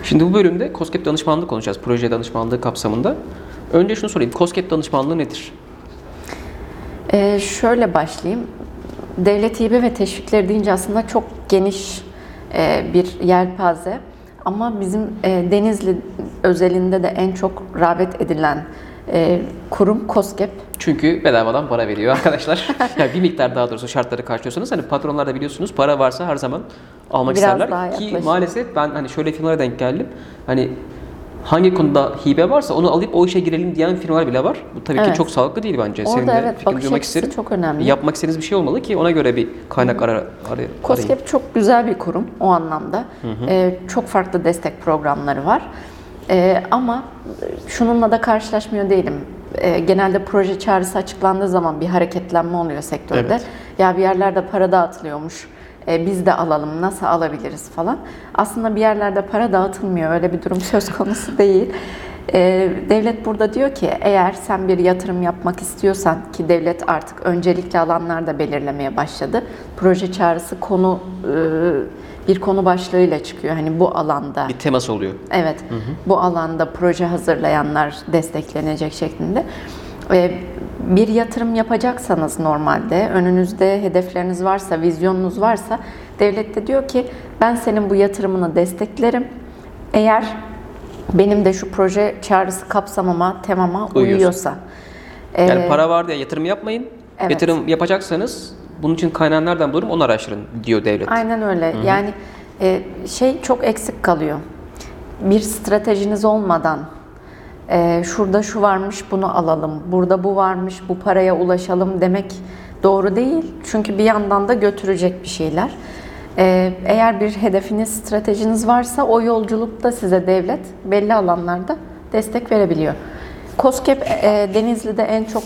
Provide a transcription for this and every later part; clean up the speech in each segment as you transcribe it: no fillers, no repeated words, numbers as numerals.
Şimdi bu bölümde KOSGEB danışmanlığı konuşacağız. Proje danışmanlığı kapsamında. Önce şunu sorayım. KOSGEB danışmanlığı nedir? Şöyle başlayayım. Devlet hibe ve teşvikleri deyince aslında çok geniş bir yelpaze. Ama bizim Denizli özelinde de en çok rağbet edilen kurum KOSGEB. Çünkü bedavadan para veriyor arkadaşlar. Yani bir miktar daha doğrusu şartları karşılıyorsanız hani patronlar da biliyorsunuz para varsa her zaman almak Biraz isterler. daha Ki yaklaşık. maalesef ben hani şöyle firmalara denk geldim. Hani hangi konuda hibe varsa onu alıp o işe girelim diyen firmalar bile var. Bu tabii ki çok sağlıklı değil bence. Orada Senin de evet, fikrini bakış duymak açısı isterim. çok önemli. Yapmak istediğiniz bir şey olmalı ki ona göre bir kaynak arayın. KOSGEB çok güzel bir kurum o anlamda. Çok farklı destek programları var. Ama şununla da karşılaşmıyor değilim. Genelde proje çağrısı açıklandığı zaman bir hareketlenme oluyor sektörde. Evet. Ya bir yerlerde para dağıtılıyormuş. Biz de alalım, nasıl alabiliriz falan. Aslında bir yerlerde para dağıtılmıyor. Öyle bir durum söz konusu değil. Devlet burada diyor ki eğer sen bir yatırım yapmak istiyorsan, ki devlet artık öncelikli alanlar da belirlemeye başladı. Proje çağrısı bir konu başlığıyla çıkıyor. Hani bu alanda. Bir teması oluyor. Evet. Bu alanda proje hazırlayanlar desteklenecek şeklinde. Bir yatırım yapacaksanız normalde önünüzde hedefleriniz varsa, vizyonunuz varsa devlet de diyor ki ben senin bu yatırımını desteklerim. Eğer benim de şu proje çağrısı kapsamama, temama uyuyorsa. Yani para var diye yatırım yapmayın. Evet. Yatırım yapacaksanız bunun için kaynağı nereden bulurum onu araştırın diyor devlet. Aynen öyle. Yani çok eksik kalıyor. Bir stratejiniz olmadan şurada şu varmış bunu alalım, burada bu varmış bu paraya ulaşalım demek doğru değil. Çünkü bir yandan da götürecek bir şeyler. Eğer bir hedefiniz, stratejiniz varsa o yolculukta size devlet belli alanlarda destek verebiliyor. KOSGEB Denizli'de en çok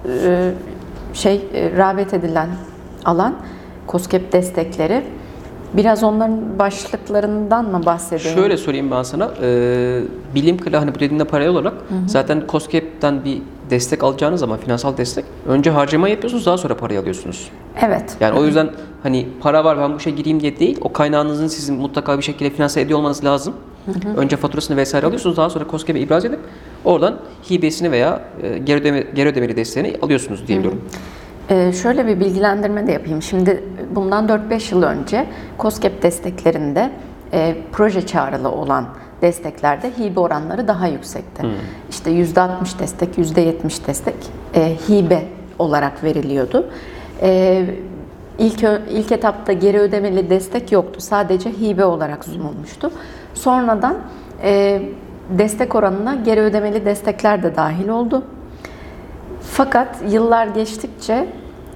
rağbet edilen alan KOSGEB destekleri. Biraz onların başlıklarından mı bahsedeyim? Şöyle sorayım ben sana. Bilim kılı hani bu dediğinde paralel olarak zaten KOSGEB'den bir destek alacağınız zaman finansal destek önce harcama yapıyorsunuz daha sonra parayı alıyorsunuz. Evet. Yani o yüzden hani para var ben bu işe gireyim diye değil o kaynağınızın sizin mutlaka bir şekilde finanse ediyor olmanız lazım. Önce faturasını vesaire alıyorsunuz daha sonra KOSGEB'e ibraz edip oradan hibesini veya geri ödemeli desteğini alıyorsunuz diye biliyorum. Şöyle bir bilgilendirme de yapayım. Şimdi bundan 4-5 yıl önce KOSGEB desteklerinde proje çağrılı olan desteklerde hibe oranları daha yüksekti. İşte %60 destek, %70 destek hibe olarak veriliyordu. İlk etapta geri ödemeli destek yoktu. Sadece hibe olarak sunulmuştu. Sonradan destek oranına geri ödemeli destekler de dahil oldu. Fakat yıllar geçtikçe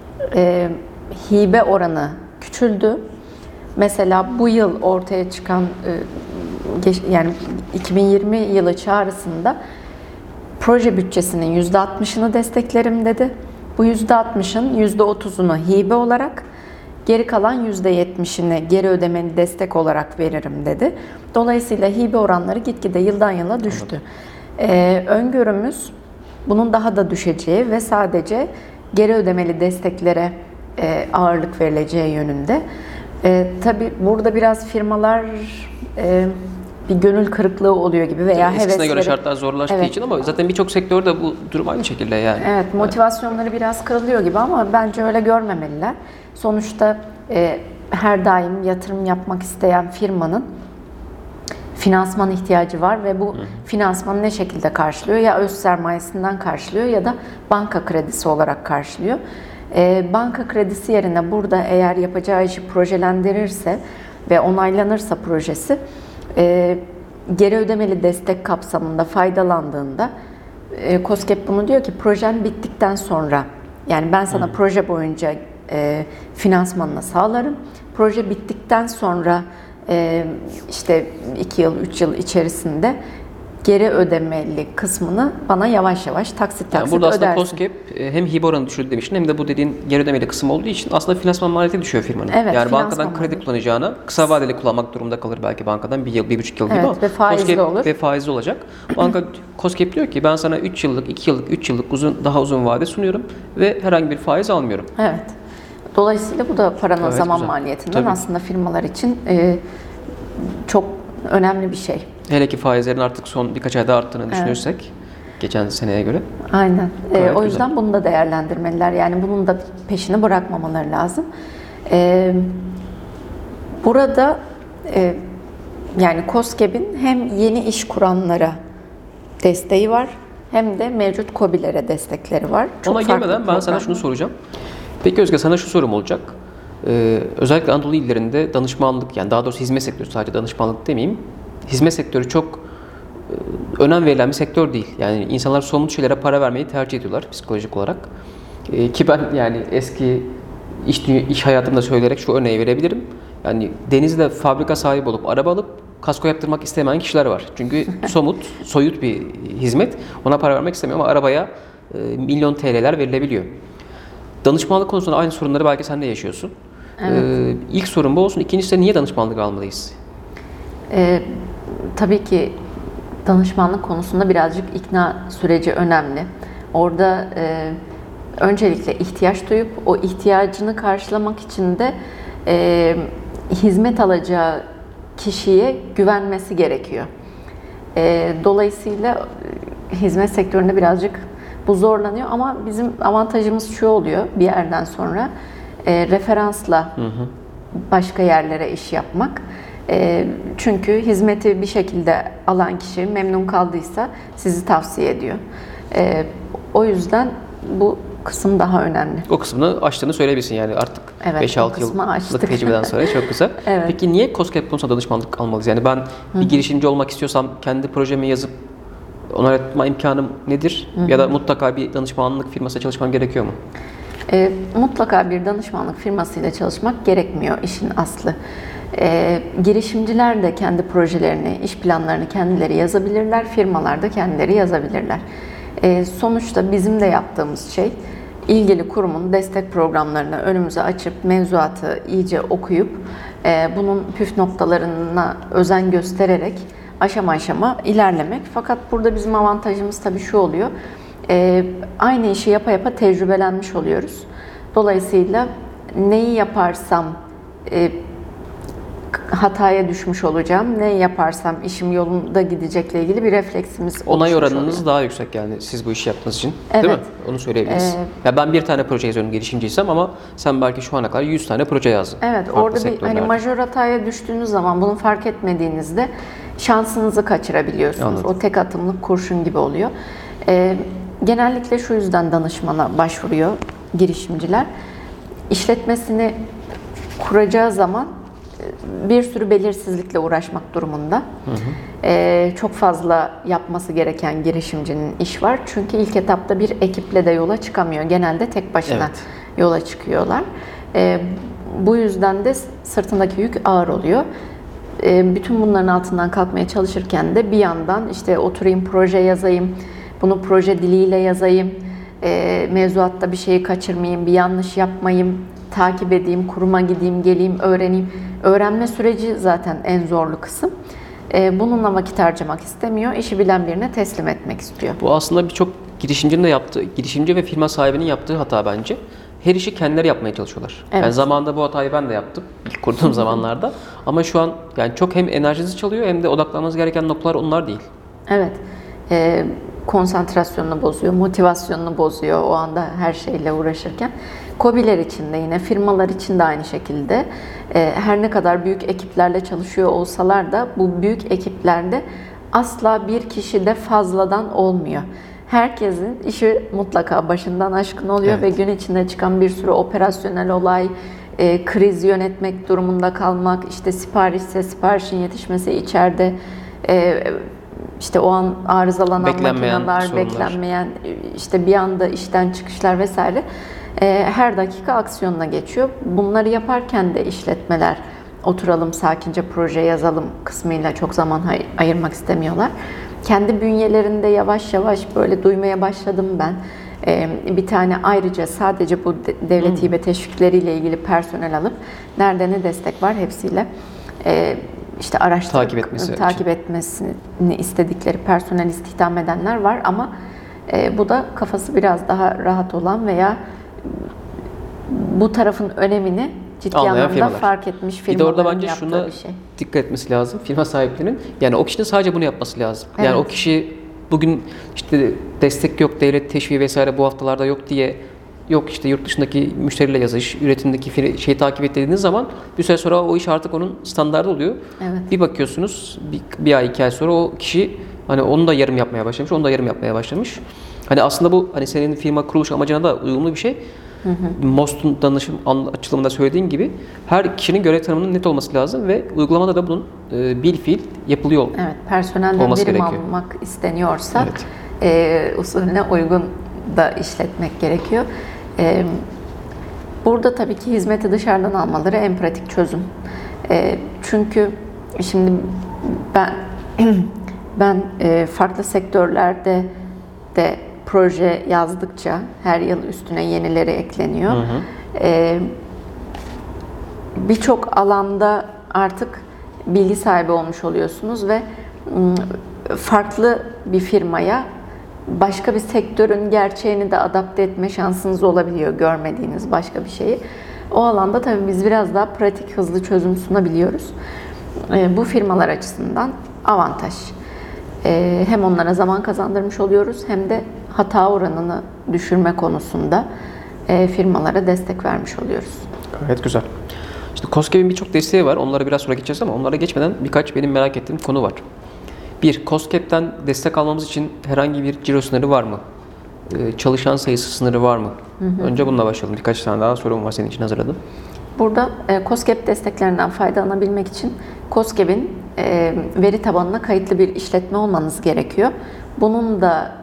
hibe oranı küçüldü. Mesela bu yıl ortaya çıkan yani 2020 yılı çağrısında proje bütçesinin %60'ını desteklerim dedi. Bu %60'ın %30'unu hibe olarak, geri kalan %70'ini geri ödemeli destek olarak veririm dedi. Dolayısıyla hibe oranları gitgide yıldan yıla düştü. Öngörümüz bunun daha da düşeceği ve sadece geri ödemeli desteklere ağırlık verileceği yönünde. Tabii burada biraz firmalar bir gönül kırıklığı oluyor gibi veya Eskisine hevesleri. göre şartlar zorlaştığı için ama zaten birçok sektörde bu durum aynı şekilde yani. Evet, motivasyonları biraz kırılıyor gibi ama bence öyle görmemeliler. Sonuçta her daim yatırım yapmak isteyen firmanın finansman ihtiyacı var ve bu finansmanı ne şekilde karşılıyor? Ya öz sermayesinden karşılıyor ya da banka kredisi olarak karşılıyor. Banka kredisi yerine burada eğer yapacağı işi projelendirirse ve onaylanırsa projesi geri ödemeli destek kapsamında faydalandığında KOSGEB bunu diyor ki projen bittikten sonra yani ben sana proje boyunca finansmanını sağlarım. Proje bittikten sonra işte 2 yıl, 3 yıl içerisinde geri ödemeli kısmını bana yavaş yavaş taksit Yani burada aslında ödersin. KOSGEB hem hibe oranı düşürdü demiştin hem de bu dediğin geri ödemeli kısım olduğu için aslında finansman maliyeti düşüyor firmanın. Evet, yani bankadan kredi maliyeti. kullanacağına kısa vadeli kullanmak durumunda kalır belki bankadan 1 yıl, 1,5 yıl gibi Evet, ama ve faizli KOSGEB olur. ve faizli olacak. Banka KOSGEB diyor ki ben sana 3 yıllık, 2 yıllık, 3 yıllık daha uzun vade sunuyorum ve herhangi bir faiz almıyorum. Evet. Dolayısıyla bu da paranın Evet, zaman güzel. maliyetinden Tabii. aslında firmalar için çok önemli bir şey. Hele ki faizlerin artık son birkaç ayda arttığını düşünürsek geçen seneye göre. Aynen. Gayet O yüzden güzel. bunu da değerlendirmeliler. Yani bunun da peşini bırakmamaları lazım. Burada yani KOSGEB'in hem yeni iş kuranlara desteği var hem de mevcut KOBİ'lere destekleri var. Ona farklı girmeden ben sana programlar. şunu soracağım. Peki Özge, sana şu sorum olacak. Özellikle Anadolu illerinde danışmanlık, yani daha doğrusu hizmet sektörü, sadece danışmanlık demeyeyim. Hizmet sektörü çok önem verilen bir sektör değil. Yani insanlar somut şeylere para vermeyi tercih ediyorlar psikolojik olarak. Ki ben yani eski iş hayatımda söyleyerek şu örneği verebilirim. Yani Denizli'de fabrika sahibi olup araba alıp kasko yaptırmak istemeyen kişiler var. Çünkü somut, soyut bir hizmet. Ona para vermek istemiyor ama arabaya milyon TL'ler verilebiliyor. Danışmanlık konusunda aynı sorunları belki sen de yaşıyorsun. Evet. İlk sorun bu olsun. İkincisi de niye danışmanlık almalıyız? Tabii ki danışmanlık konusunda birazcık ikna süreci önemli. Orada öncelikle ihtiyaç duyup o ihtiyacını karşılamak için de hizmet alacağı kişiye güvenmesi gerekiyor. Dolayısıyla hizmet sektöründe birazcık bu zorlanıyor ama bizim avantajımız şu oluyor bir yerden sonra referansla başka yerlere iş yapmak. Çünkü hizmeti bir şekilde alan kişi memnun kaldıysa sizi tavsiye ediyor. O yüzden bu kısım daha önemli. O kısmını açtığını söyleyebilirsin yani artık Evet, 5-6 yıllık tecrübeden sonra çok güzel. Evet. Peki niye KOSGEB konusunda danışmanlık almalıyız? Yani ben bir girişimci olmak istiyorsam kendi projemi yazıp onaylatma imkanım nedir? Ya da mutlaka bir danışmanlık firmasıyla çalışmam gerekiyor mu? Mutlaka bir danışmanlık firmasıyla çalışmak gerekmiyor işin aslı. Girişimciler de kendi projelerini, iş planlarını kendileri yazabilirler, firmalar da kendileri yazabilirler. Sonuçta bizim de yaptığımız şey, ilgili kurumun destek programlarını önümüze açıp, mevzuatı iyice okuyup, bunun püf noktalarına özen göstererek aşama aşama ilerlemek. Fakat burada bizim avantajımız tabii şu oluyor, aynı işi yapa yapa tecrübelenmiş oluyoruz. Dolayısıyla neyi yaparsam hataya düşmüş olacağım, ne yaparsam işim yolunda gidecekle ilgili bir refleksimiz Onay oluşmuş oranınız oluyor. daha yüksek yani siz bu işi yaptığınız için. Evet. Değil mi? Onu söyleyebiliriz. Ya ben bir tane proje yazıyorum girişimciysem ama sen belki şu ana kadar 100 tane proje yazdın. Evet, farklı orada bir sektörlerde. majör hataya düştüğünüz zaman bunu fark etmediğinizde şansınızı kaçırabiliyorsunuz. Anladım. O tek atımlık kurşun gibi oluyor. Genellikle şu yüzden danışmana başvuruyor girişimciler. İşletmesini kuracağı zaman bir sürü belirsizlikle uğraşmak durumunda. Çok fazla yapması gereken girişimcinin iş var. Çünkü ilk etapta bir ekiple de yola çıkamıyor. Genelde tek başına yola çıkıyorlar. Bu yüzden de sırtındaki yük ağır oluyor. Bütün bunların altından kalkmaya çalışırken de bir yandan işte oturayım proje yazayım, bunu proje diliyle yazayım, mevzuatta bir şeyi kaçırmayayım, bir yanlış yapmayayım, takip edeyim, kuruma gideyim, geleyim, öğreneyim. Öğrenme süreci zaten en zorlu kısım. Bununla vakit harcamak istemiyor, işi bilen birine teslim etmek istiyor. Bu aslında birçok girişimcinin de yaptığı, girişimci ve firma sahibinin yaptığı hata bence. Her işi kendileri yapmaya çalışıyorlar. Evet. Yani zamanında bu hatayı ben de yaptım ilk kurduğum zamanlarda. Ama şu an yani çok hem enerjinizi çalıyor hem de odaklanmanız gereken noktalar onlar değil. Evet. Konsantrasyonunu bozuyor, motivasyonunu bozuyor o anda her şeyle uğraşırken. KOBİ'ler için de yine, firmalar için de aynı şekilde. Her ne kadar büyük ekiplerle çalışıyor olsalar da bu büyük ekiplerde asla bir kişi de fazladan olmuyor. Herkesin işi mutlaka başından aşkın oluyor ve gün içinde çıkan bir sürü operasyonel olay, kriz yönetmek durumunda kalmak, işte siparişse siparişin yetişmesi içeride, işte o an arızalanan makineler, beklenmeyen, işte bir anda işten çıkışlar vesaire her dakika aksiyonuna geçiyor. Bunları yaparken de işletmeler oturalım sakince proje yazalım kısmıyla çok zaman ayırmak istemiyorlar. Kendi bünyelerinde yavaş yavaş böyle duymaya başladım ben. Bir tane ayrıca sadece bu devlet hibe teşvikleriyle ilgili personel alıp nerede ne destek var hepsiyle işte araştırıp takip etmesini istedikleri personel istihdam edenler var ama bu da kafası biraz daha rahat olan veya bu tarafın önemini ciddi Anlayan anlamda firmalar. fark etmiş Bir de orada firmaların bence yaptığı şuna bir şey. dikkat etmesi lazım firma sahiplerinin. Yani o kişinin sadece bunu yapması lazım. Yani Evet. o kişi bugün işte destek yok, devlet teşviği vesaire bu haftalarda yok diye, yok işte yurt dışındaki müşteriyle yazış, üretimdeki şeyi takip et dediğiniz zaman bir süre sonra o iş artık onun standardı oluyor. Evet. Bir bakıyorsunuz bir ay 2 ay sonra o kişi hani onu da yarım yapmaya başlamış, onu da yarım yapmaya başlamış. Hani aslında bu hani senin firma kuruluş amacına da uyumlu bir şey. MOST'un danışım açılımında söylediğin gibi her kişinin görev tanımının net olması lazım ve uygulamada da bunun bil fiil yapılıyor. Evet, personelden Olması verim gerekiyor. almak isteniyorsa Evet. usulüne uygun da işletmek gerekiyor. Burada tabii ki hizmeti dışarıdan almaları en pratik çözüm. Çünkü şimdi ben farklı sektörlerde de proje yazdıkça her yıl üstüne yenileri ekleniyor. Birçok alanda artık bilgi sahibi olmuş oluyorsunuz ve farklı bir firmaya başka bir sektörün gerçeğini de adapte etme şansınız olabiliyor, görmediğiniz başka bir şeyi. O alanda tabii biz biraz daha pratik, hızlı çözüm sunabiliyoruz. Bu firmalar açısından avantaj. Hem onlara zaman kazandırmış oluyoruz hem de hata oranını düşürme konusunda firmalara destek vermiş oluyoruz. Gayet güzel. İşte KOSGEB'in birçok desteği var. Onlara biraz sonra geçeceğiz ama onlara geçmeden birkaç benim merak ettiğim konu var. Bir, KOSGEB'ten destek almamız için herhangi bir ciro sınırı var mı? Çalışan sayısı sınırı var mı? Önce bununla başlayalım. Birkaç tane daha sorum var senin için hazırladım. Burada KOSGEB desteklerinden faydalanabilmek için KOSGEB'in veri tabanına kayıtlı bir işletme olmanız gerekiyor. Bunun da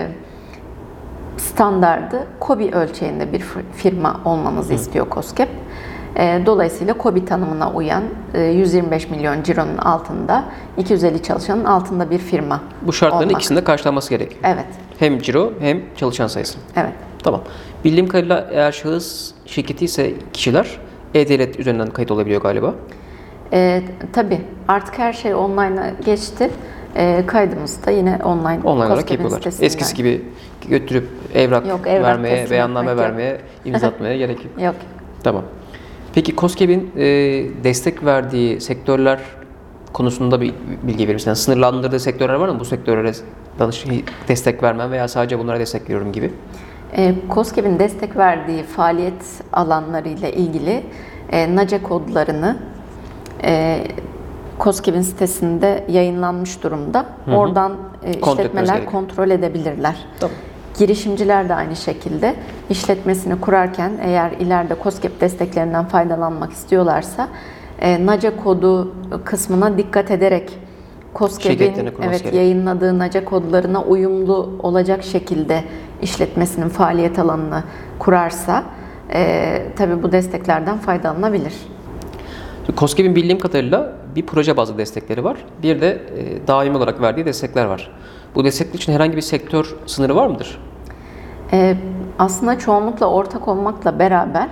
standardı KOBİ ölçeğinde bir firma olmanızı istiyor KOSGEB. Dolayısıyla KOBİ tanımına uyan 125 milyon cironun altında, 250 çalışanın altında bir firma Bu şartların olmak. ikisinde karşılanması gerekiyor. Evet. Hem ciro hem çalışan sayısı. Evet. Tamam. Bildiğim kadarıyla eğer şahıs şirketi ise kişiler e-devlet üzerinden kayıt olabiliyor galiba. Tabii artık her şey online'a geçti. Kaydımızı da yine online Olarak KOSGEB'in yapıyorlar. sitesinden. Eskisi gibi götürüp evrak, Yok, evrak vermeye, teslim beyanname etmek yok. vermeye, imza atmaya gerek yok. Yok. Tamam. Peki KOSGEB'in destek verdiği sektörler konusunda bir bilgi verir misin? Yani sınırlandırdığı sektörler var mı? Bu sektörlere destek vermem veya sadece bunlara destek veriyorum gibi. KOSGEB'in destek verdiği faaliyet alanlarıyla ilgili NACE kodlarını KOSGEB'in sitesinde yayınlanmış durumda. Oradan işletmeler gerekiyor. kontrol edebilirler. Tamam. Girişimciler de aynı şekilde işletmesini kurarken eğer ileride KOSGEB desteklerinden faydalanmak istiyorlarsa NACE kodu kısmına dikkat ederek KOSGEB'in yayınladığı NACE kodlarına uyumlu olacak şekilde işletmesinin faaliyet alanını kurarsa tabii bu desteklerden faydalanabilir. KOSGEB'in bildiğim kadarıyla bir proje bazlı destekleri var. Bir de daimi olarak verdiği destekler var. Bu destekler için herhangi bir sektör sınırı var mıdır? Aslında çoğunlukla ortak olmakla beraber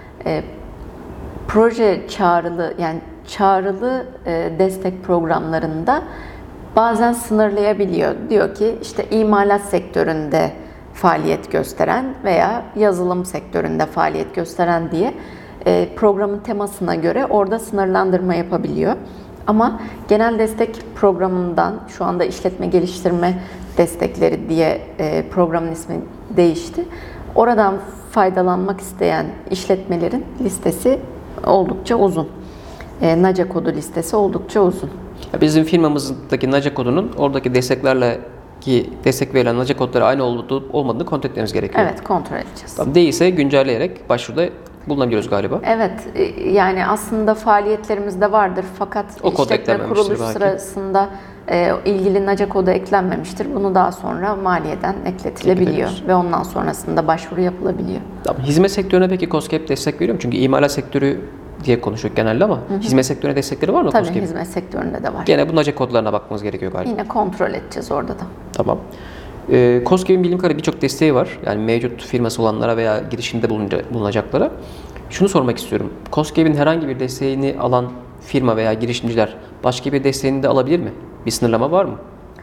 proje çağrılı yani çağrılı destek programlarında bazen sınırlayabiliyor. Diyor ki işte imalat sektöründe faaliyet gösteren veya yazılım sektöründe faaliyet gösteren diye programın temasına göre orada sınırlandırma yapabiliyor. Ama genel destek programından şu anda işletme geliştirme destekleri diye programın ismi değişti. Oradan faydalanmak isteyen işletmelerin listesi oldukça uzun. NACE kodu listesi oldukça uzun. Bizim firmamızdaki NACE kodunun oradaki desteklerle ki destek verilen NACE kodları aynı olup olmadığını kontrol etmemiz gerekiyor. Evet, kontrol edeceğiz. Tamam, değilse güncelleyerek başvuruda bulunabiliyoruz galiba. Evet, yani aslında faaliyetlerimizde vardır fakat işletme kuruluş sırasında ilgili NACE kodu eklenmemiştir. Bunu daha sonra maliyeden ekletilebiliyor ve ondan sonrasında başvuru yapılabiliyor. Tamam. Hizmet sektörüne peki KOSGEB destek veriyor mu? Çünkü imalat sektörü diye konuşuyoruz genelde ama hizmet sektörüne destekleri var mı KOSGEB'in? Tabii hizmet sektöründe de var. Gene bu NACE kodlarına bakmamız gerekiyor galiba. Yine kontrol edeceğiz orada da. Tamam. KOSGEB'in bildiğim kadarıyla birçok desteği var. Yani mevcut firması olanlara veya girişimde bulunacaklara. Şunu sormak istiyorum. KOSGEB'in herhangi bir desteğini alan firma veya girişimciler başka bir desteğini de alabilir mi? Bir sınırlama var mı?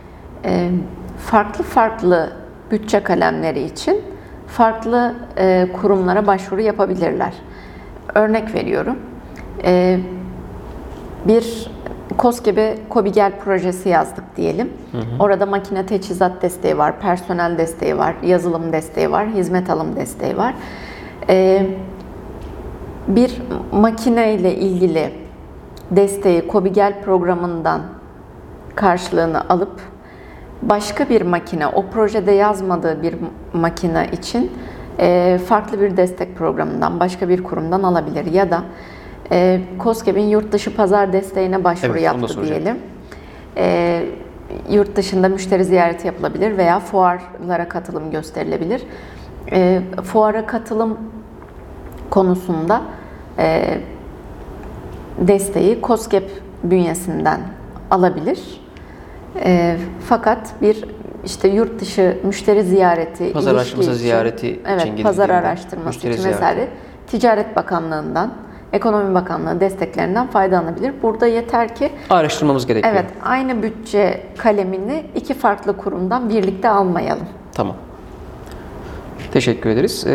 Farklı bütçe kalemleri için farklı kurumlara başvuru yapabilirler. örnek veriyorum. Bir KOSGEB KOBİGEL projesi yazdık diyelim. Orada makine teçhizat desteği var, personel desteği var, yazılım desteği var, hizmet alım desteği var. Bir makine ile ilgili desteği KOBİGEL programından karşılığını alıp başka bir makine, o projede yazmadığı bir makine için farklı bir destek programından, başka bir kurumdan alabilir. Ya da KOSGEB'in yurt dışı pazar desteğine başvuru yaptı diyelim. Yurt dışında müşteri ziyareti yapılabilir veya fuarlara katılım gösterilebilir. Fuara katılım konusunda desteği KOSGEB bünyesinden alabilir. Fakat bir işte yurt dışı müşteri ziyareti, pazar araştırması ziyareti için evet, pazar araştırması için vesaire Ticaret Bakanlığı'ndan, Ekonomi Bakanlığı desteklerinden faydalanabilir. Burada yeter ki araştırmamız gerekiyor. evet, aynı bütçe kalemini iki farklı kurumdan birlikte almayalım. Tamam. Teşekkür ederiz.